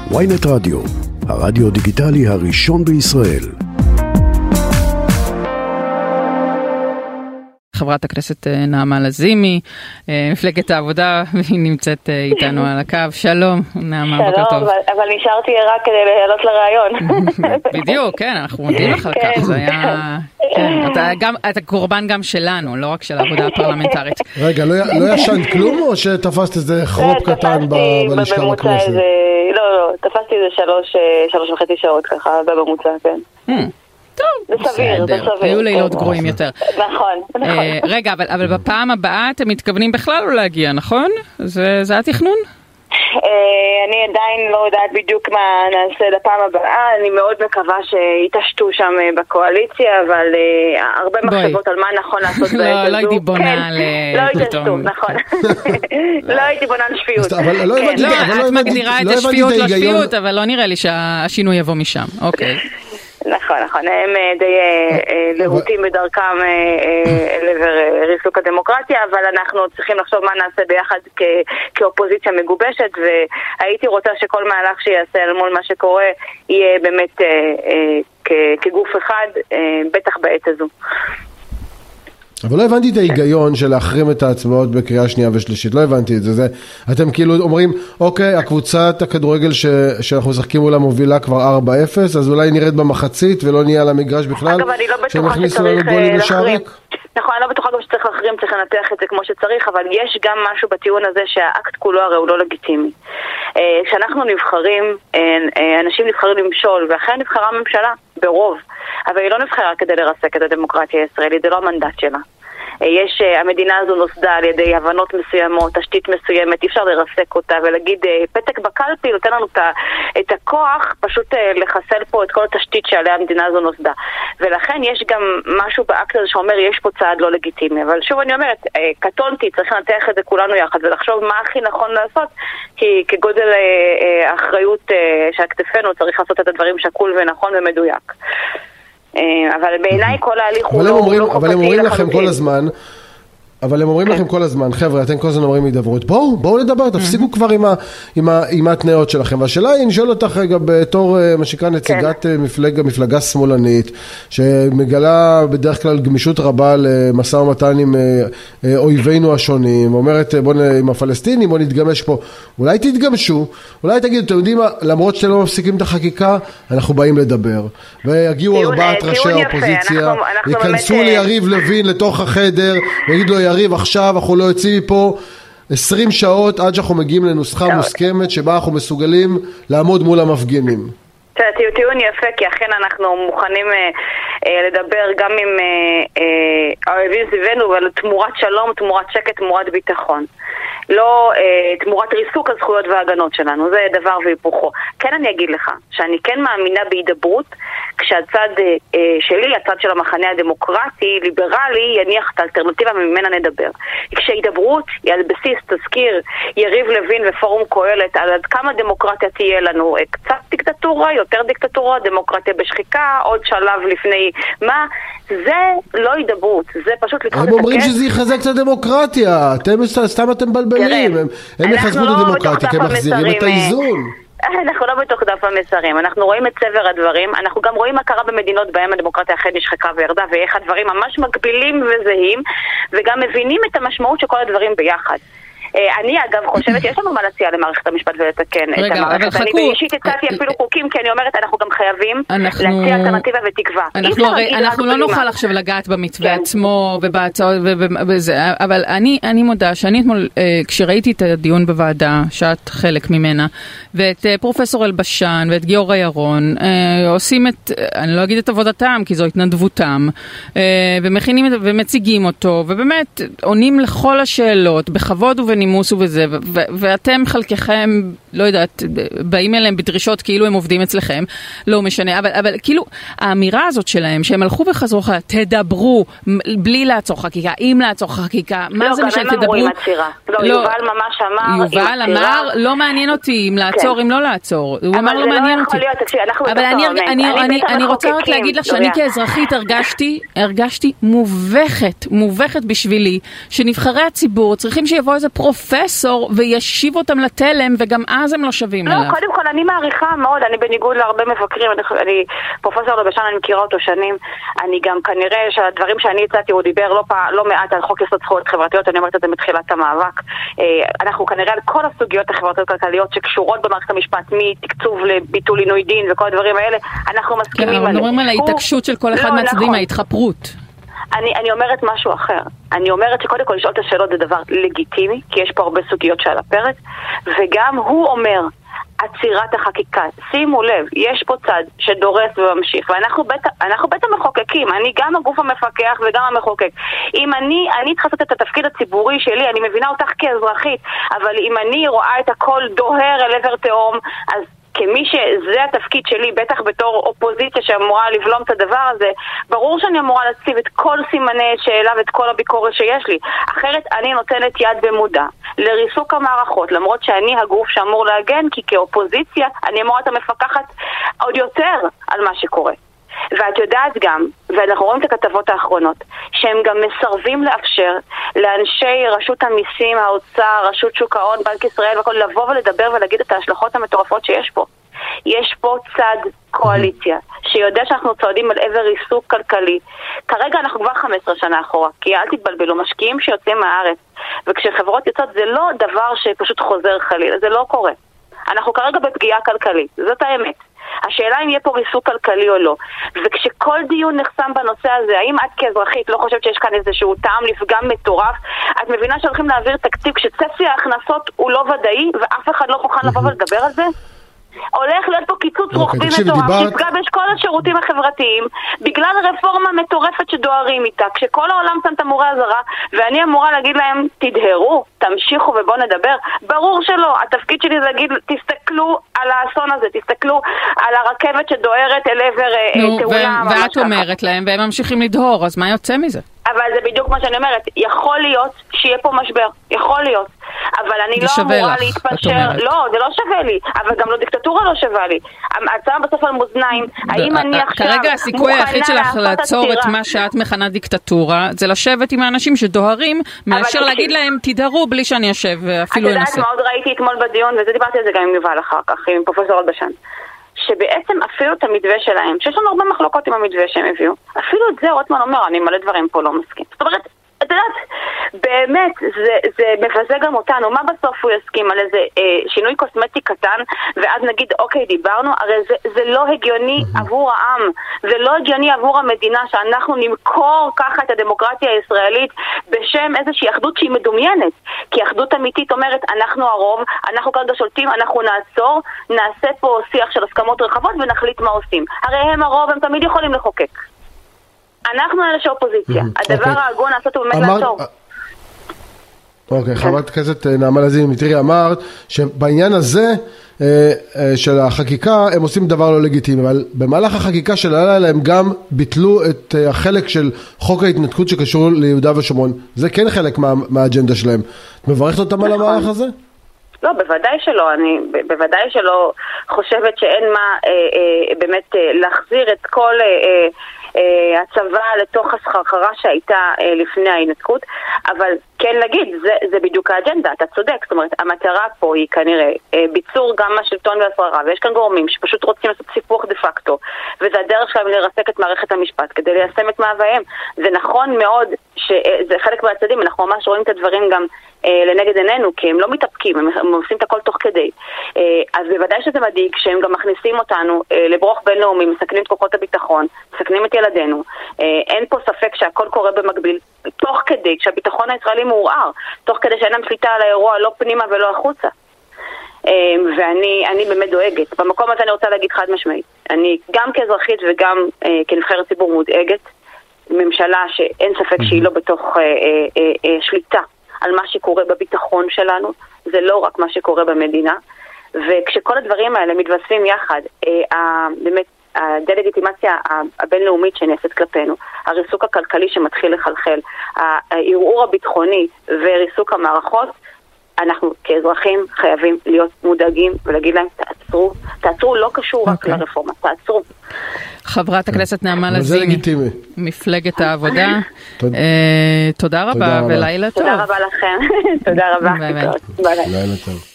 ynet רדיו, הרדיו דיגיטלי הראשון בישראל. חברת הכנסת נעמה לזימי, מפלגת העבודה, והיא נמצאת איתנו על הקו. שלום, נעמה, בוקר טוב. שלום, אבל נשארתי רק כדי לעלות לרעיון. בדיוק, כן, אנחנו מודים לך על כך. זה היה... אתה קורבן גם שלנו, לא רק של העבודה הפרלמנטרית. רגע, לא ישנת כלום או שתפסת איזה חרופ קטן בלשכה בכנסת? לא, תפסתי איזה 3.5 שעות ככה בממוצע, כן. טוב, זה סביר. היו לילות גרועים יותר. נכון. רגע, אבל בפעם הבאה אתם מתכוונים בכלל לא להגיע, נכון? זה התכנון? אני עדיין לא יודעת בדיוק מה נעשה לפעם הבאה, אני מאוד מקווה שיתעשתו שם בקואליציה, אבל הרבה מחשבות על מה נכון לעשות בעת הזו. לא הייתי בונה לא התעשתו, נכון. לא הייתי בונה על שפיות. את מגדירה את השפיות לא שפיות, אבל לא נראה לי שהשינוי יבוא משם. אוקיי. נכון, הם די להוטים בדרכם לעבר ריסוק הדמוקרטיה, אבל אנחנו צריכים לחשוב מה נעשה ביחד כאופוזיציה מגובשת, והייתי רוצה שכל מהלך שיעשה על מול מה שקורה יהיה באמת כגוף אחד, בטח בעת הזו. אבל לא הבנתי את ההיגיון של להחרים את ההצבעות בקריאה שנייה ושלישית, לא הבנתי את זה. אתם כאילו אומרים, אוקיי, הקבוצת הכדורגל שאנחנו משחקים מולה מובילה כבר 4-0, אז אולי נרד במחצית ולא נהיה על המגרש בכלל, שהם הכניסו לנו גולים לשעריק? נכון, אני לא בטוחה גם שצריך להחרים, צריך לנתח את זה כמו שצריך, אבל יש גם משהו בטיעון הזה שהאקט כולו הרי הוא לא לגיטימי. כשאנחנו נבחרים, אנשים נבחרים למשול, ואחרי נבחרה ממשלה ברוב, אבל היא לא נבחרה כדי לרסק את הדמוקרטיה הישראלית, זה לא המנדט שלה. המדינה הזו נוסדה על ידי הבנות מסוימות, תשתית מסוימת, אי אפשר לרסק אותה ולהגיד פתק בקלפי נותן לנו את הכוח פשוט לחסל פה את כל התשתית שעליה המדינה הזו נוסדה. ולכן יש גם משהו באקט הזה שאומר יש פה צעד לא לגיטימי. אבל שוב אני אומרת, קטונתי, צריך לנתח את זה כולנו יחד ולחשוב מה הכי נכון לעשות, כי כגודל האחריות שהכתפנו צריך לעשות את הדברים שקול ונכון ומדויק. אבל בעיניי כל ההליך הוא לא חוקתי. אבל הם אומרים לכם כל הזמן, חבר'ה, אתם כל הזמן אומרים הידברות, בואו לדבר, תפסיקו כבר עם התנאות שלכם. והשאלה היא, נשאל אותך רגע בתור מה שנקרא נציגת מפלגה שמאלנית, שמגלה בדרך כלל גמישות רבה למשא ומתן עם אויבינו השונים, ואומרת עם הפלסטינים, בואו נתגמש פה. אולי תתגמשו, אולי תגידו, אתם יודעים מה, למרות שאתם לא מפסיקים את החקיקה, אנחנו באים לדבר. ויגיעו 4 ראשי האופוזיציה, ייכנסו ליריב לוין לתוך החדר, ויגידו לו יריב, עכשיו אנחנו לא יוצאים מפה 20 שעות עד שאנחנו מגיעים לנוסחה מוסכמת שבה אנחנו מסוגלים לעמוד מול המפגינים. טיעון יפה, כי אכן אנחנו מוכנים לדבר גם עם האויבים סביבנו, אבל תמורת שלום, תמורת שקט, תמורת ביטחון. לא תמורת ריסוק הזכויות וההגנות שלנו, זה דבר והיפוכו. כן אני אגיד לך, שאני כן מאמינה בהידברות, כשהצד שלי, הצד של המחנה הדמוקרטי, ליברלי, יניח את האלטרנטיבה ממנה נדבר. כשהידברות היא על בסיס תזכיר יריב לוין ופורום קהלת, על עד כמה דמוקרטיה תהיה לנו, קצת דיקטטורה, יותר דיקטטורה, דמוקרטיה בשחיקה, עוד שלב לפני מה, זה לא הידברות, זה פשוט לדחות את הם אומרים שזה יחזק את הדמוקרטיה, סתם אתם בלבלים, הם יחזקו את הדמוקרטיה, כי הם מחזירים את האיזון. אנחנו לא בתוך דף המסרים, אנחנו רואים את צבר הדברים, אנחנו גם רואים מה קרה במדינות בהם הדמוקרטיה אחרי נשחקה וירדה, ואיך הדברים ממש מקבילים וזהים, וגם מבינים את המשמעות של כל הדברים ביחד. אני אגב חושבת, יש לנו מה להציע למערכת המשפט ולתקן את המערכת. אני באישית הצעתי אפילו חוקים, כי אני אומרת, אנחנו גם חייבים להציע אלטרנטיבה ותקווה. אנחנו לא נוכל עכשיו לגעת במתווה עצמו ובהצעות ובזה, אבל אני מודה שאני אתמול, כשראיתי את הדיון בוועדה, שאת חלק ממנה, ואת פרופסור אלבשן ואת גיורא ירון, עושים את, אני לא אגיד את עבודתם, כי זו התנדבותם, ומכינים ומציגים אותו, ובאמת עונים לכל השאלות, בכבוד ובנימוס ובזה, ואתם חלקכם, לא יודעת, באים אליהם בדרישות כאילו הם עובדים אצלכם, לא משנה, אבל כאילו, האמירה הזאת שלהם, שהם הלכו וחזרו, תדברו, בלי לעצור חקיקה, אם לעצור חקיקה, מה זה משל תדברו? לא, יובל ממש אמר, יובל אמר, לא מעניין אותי אם לעצור, אם לא לעצור. הוא אמר לא מעניין אותי. אבל אני רוצה רק להגיד לך שאני כאזרחית הרגשתי מובכת בשבילי, שנבחרי הציבור צריכים שיבוא איזה פרופסור פרופסור וישיב אותם לתלם, וגם אז הם לא שווים אליו. לא, קודם כל, אני מעריכה מאוד, אני בניגוד להרבה מבקרים, אני פרופסור לבשן, אני מכירה אותו שנים, אני גם כנראה שהדברים שאני הצעתי, הוא דיבר לא מעט על חוק יסוד זכויות חברתיות, אני אומרת את זה מתחילת המאבק. אנחנו כנראה על כל הסוגיות החברתיות הכלכליות שקשורות במערכת המשפט, מתקצוב לביטול עינוי דין וכל הדברים האלה, אנחנו מסכימים עליהם. אנחנו מדברים על ההתעקשות של כל אחד מהצדדים, ההתחפרות. אני אומרת משהו אחר. אני אומרת שקודם כל לשאול את השאלות זה דבר לגיטימי, כי יש פה הרבה סוגיות שעל הפרק, וגם הוא אומר, עצירת החקיקה. שימו לב, יש פה צד שדורס וממשיך, ואנחנו בית המחוקקים, אני גם הגוף המפקח וגם המחוקק. אם אני צריכה לעשות את התפקיד הציבורי שלי, אני מבינה אותך כאזרחית, אבל אם אני רואה את הכל דוהר אל עבר תהום, אז כמי שזה התפקיד שלי, בטח בתור אופוזיציה שאמורה לבלום את הדבר הזה, ברור שאני אמורה להציב את כל סימני שאלה ואת כל הביקורת שיש לי. אחרת אני נותנת יד במודע לריסוק המערכות, למרות שאני הגוף שאמור להגן, כי כאופוזיציה אני אמורה את המפקחת עוד יותר על מה שקורה. ואת יודעת גם, ואנחנו רואים את הכתבות האחרונות, שהם גם מסרבים לאפשר לאנשי רשות המיסים, האוצר, רשות שוק ההון, בנק ישראל וכל, לבוא ולדבר ולהגיד את ההשלכות המטורפות שיש פה. יש פה צד קואליציה, שיודע שאנחנו צועדים על עבר ריסוק כלכלי. כרגע אנחנו כבר 15 שנה אחורה, כי אל תתבלבלו, משקיעים שיוצאים מהארץ, וכשחברות יוצאות זה לא דבר שפשוט חוזר חלילה, זה לא קורה. אנחנו כרגע בפגיעה כלכלית, זאת האמת. השאלה אם יהיה פה ריסוק כלכלי או לא. וכשכל דיון נחסם בנושא הזה, האם את כאזרחית לא חושבת שיש כאן איזשהו טעם לפגם מטורף? את מבינה שהולכים להעביר תקציב כשצפי ההכנסות הוא לא ודאי, ואף אחד לא מוכן לבוא ולדבר על זה? הולך להיות פה קיצוץ רוחבי מטורף, שיפגע בכל השירותים החברתיים, בגלל רפורמה מטורפת שדוהרים איתה, כשכל העולם שם תמורי אזהרה, ואני אמורה להגיד להם, תדהרו, תמשיכו ובואו נדבר. ברור שלא, התפקיד שלי זה להגיד, תסתכלו על האסון הזה, תסתכלו על הרכבת שדוהרת אל עבר תאונה. ואת אומרת להם, והם ממשיכים לדהור, אז מה יוצא מזה? אבל זה בדיוק מה שאני אומרת, יכול להיות שיהיה פה משבר, יכול להיות, אבל אני לא אמורה להתפשר, לא, זה לא שווה לי, אבל גם לא דיקטטורה לא שווה לי. ההצעה בסוף על מאזניים, האם אני עכשיו כרגע הסיכוי היחיד שלך לעצור את מה שאת מכנה דיקטטורה, זה לשבת עם האנשים שדוהרים, מאשר להגיד להם תדהרו בלי שאני אשב ואפילו אנסה. את יודעת, מאוד ראיתי אתמול בדיון, וזה דיברתי על זה גם עם יובל אחר כך, עם פרופסור אלבשן, שבעצם אפילו את המתווה שלהם, שיש לנו הרבה מחלוקות עם המתווה שהם הביאו, אפילו את זה רוטמן אומר, אני מלא דברים פה לא מסכים. זאת אומרת, את יודעת, באמת, זה מבזה גם אותנו. מה בסוף הוא יסכים על איזה שינוי קוסמטי קטן, ואז נגיד, אוקיי, דיברנו, הרי זה לא הגיוני עבור העם, זה לא הגיוני עבור המדינה, שאנחנו נמכור ככה את הדמוקרטיה הישראלית בשם איזושהי אחדות שהיא מדומיינת. כי אחדות אמיתית אומרת, אנחנו הרוב, אנחנו כרגע שולטים, אנחנו נעצור, נעשה פה שיח של הסכמות רחבות ונחליט מה עושים. הרי הם הרוב, הם תמיד יכולים לחוקק. אנחנו אלה שאופוזיציה. הדבר ההגון לעשות הוא באמת לעצור. אוקיי, חברת הכנסת נעמה לזימי, תראי, אמרת שבעניין הזה של החקיקה הם עושים דבר לא לגיטימי, אבל במהלך החקיקה של הלילה הם גם ביטלו את החלק של חוק ההתנתקות שקשור ליהודה ושומרון. זה כן חלק מהאג'נדה שלהם. את מברכת אותם על המהלך הזה? לא, בוודאי שלא. אני בוודאי שלא חושבת שאין מה באמת להחזיר את כל הצבא לתוך הסחרחרה שהייתה לפני ההתנתקות, אבל כן להגיד, זה בדיוק האג'נדה, אתה צודק, זאת אומרת, המטרה פה היא כנראה ביצור גם מהשלטון והשררה, ויש כאן גורמים שפשוט רוצים לעשות סיפוח דה פקטו, וזה הדרך שלהם לרסק את מערכת המשפט, כדי ליישם את מאווייהם. זה נכון מאוד שזה חלק מהצדדים, אנחנו ממש רואים את הדברים גם לנגד עינינו, כי הם לא מתאפקים, הם עושים את הכל תוך כדי. אז בוודאי שזה מדאיג שהם גם מכניסים אותנו לברוך בינלאומי, מסכנים את כוחות הביטחון, מסכנים את ילדינו. אין פה ספק שהכל קורה במקביל, תוך כדי, כשהביטחון הישראלי מעורער, תוך כדי שאין להם שליטה על האירוע, לא פנימה ולא החוצה. ואני באמת דואגת. במקום הזה אני רוצה להגיד חד משמעית. אני גם כאזרחית וגם כנבחרת ציבור מודאגת, ממשלה שאין ספק שהיא לא בתוך שליטה על מה שקורה בביטחון שלנו, זה לא רק מה שקורה במדינה, וכשכל הדברים האלה מתווספים יחד, באמת הדלגיטימציה הבינלאומית שנעשית כלפינו, הריסוק הכלכלי שמתחיל לחלחל, הערעור הביטחוני וריסוק המערכות, אנחנו כאזרחים חייבים להיות מודאגים ולהגיד להם, תעצרו, לא קשור רק לרפורמה, תעצרו. חברת הכנסת נעמה לזימי, מפלגת העבודה, תודה רבה ולילה טוב. תודה רבה לכם, תודה רבה. ביי ביי. לילה טוב.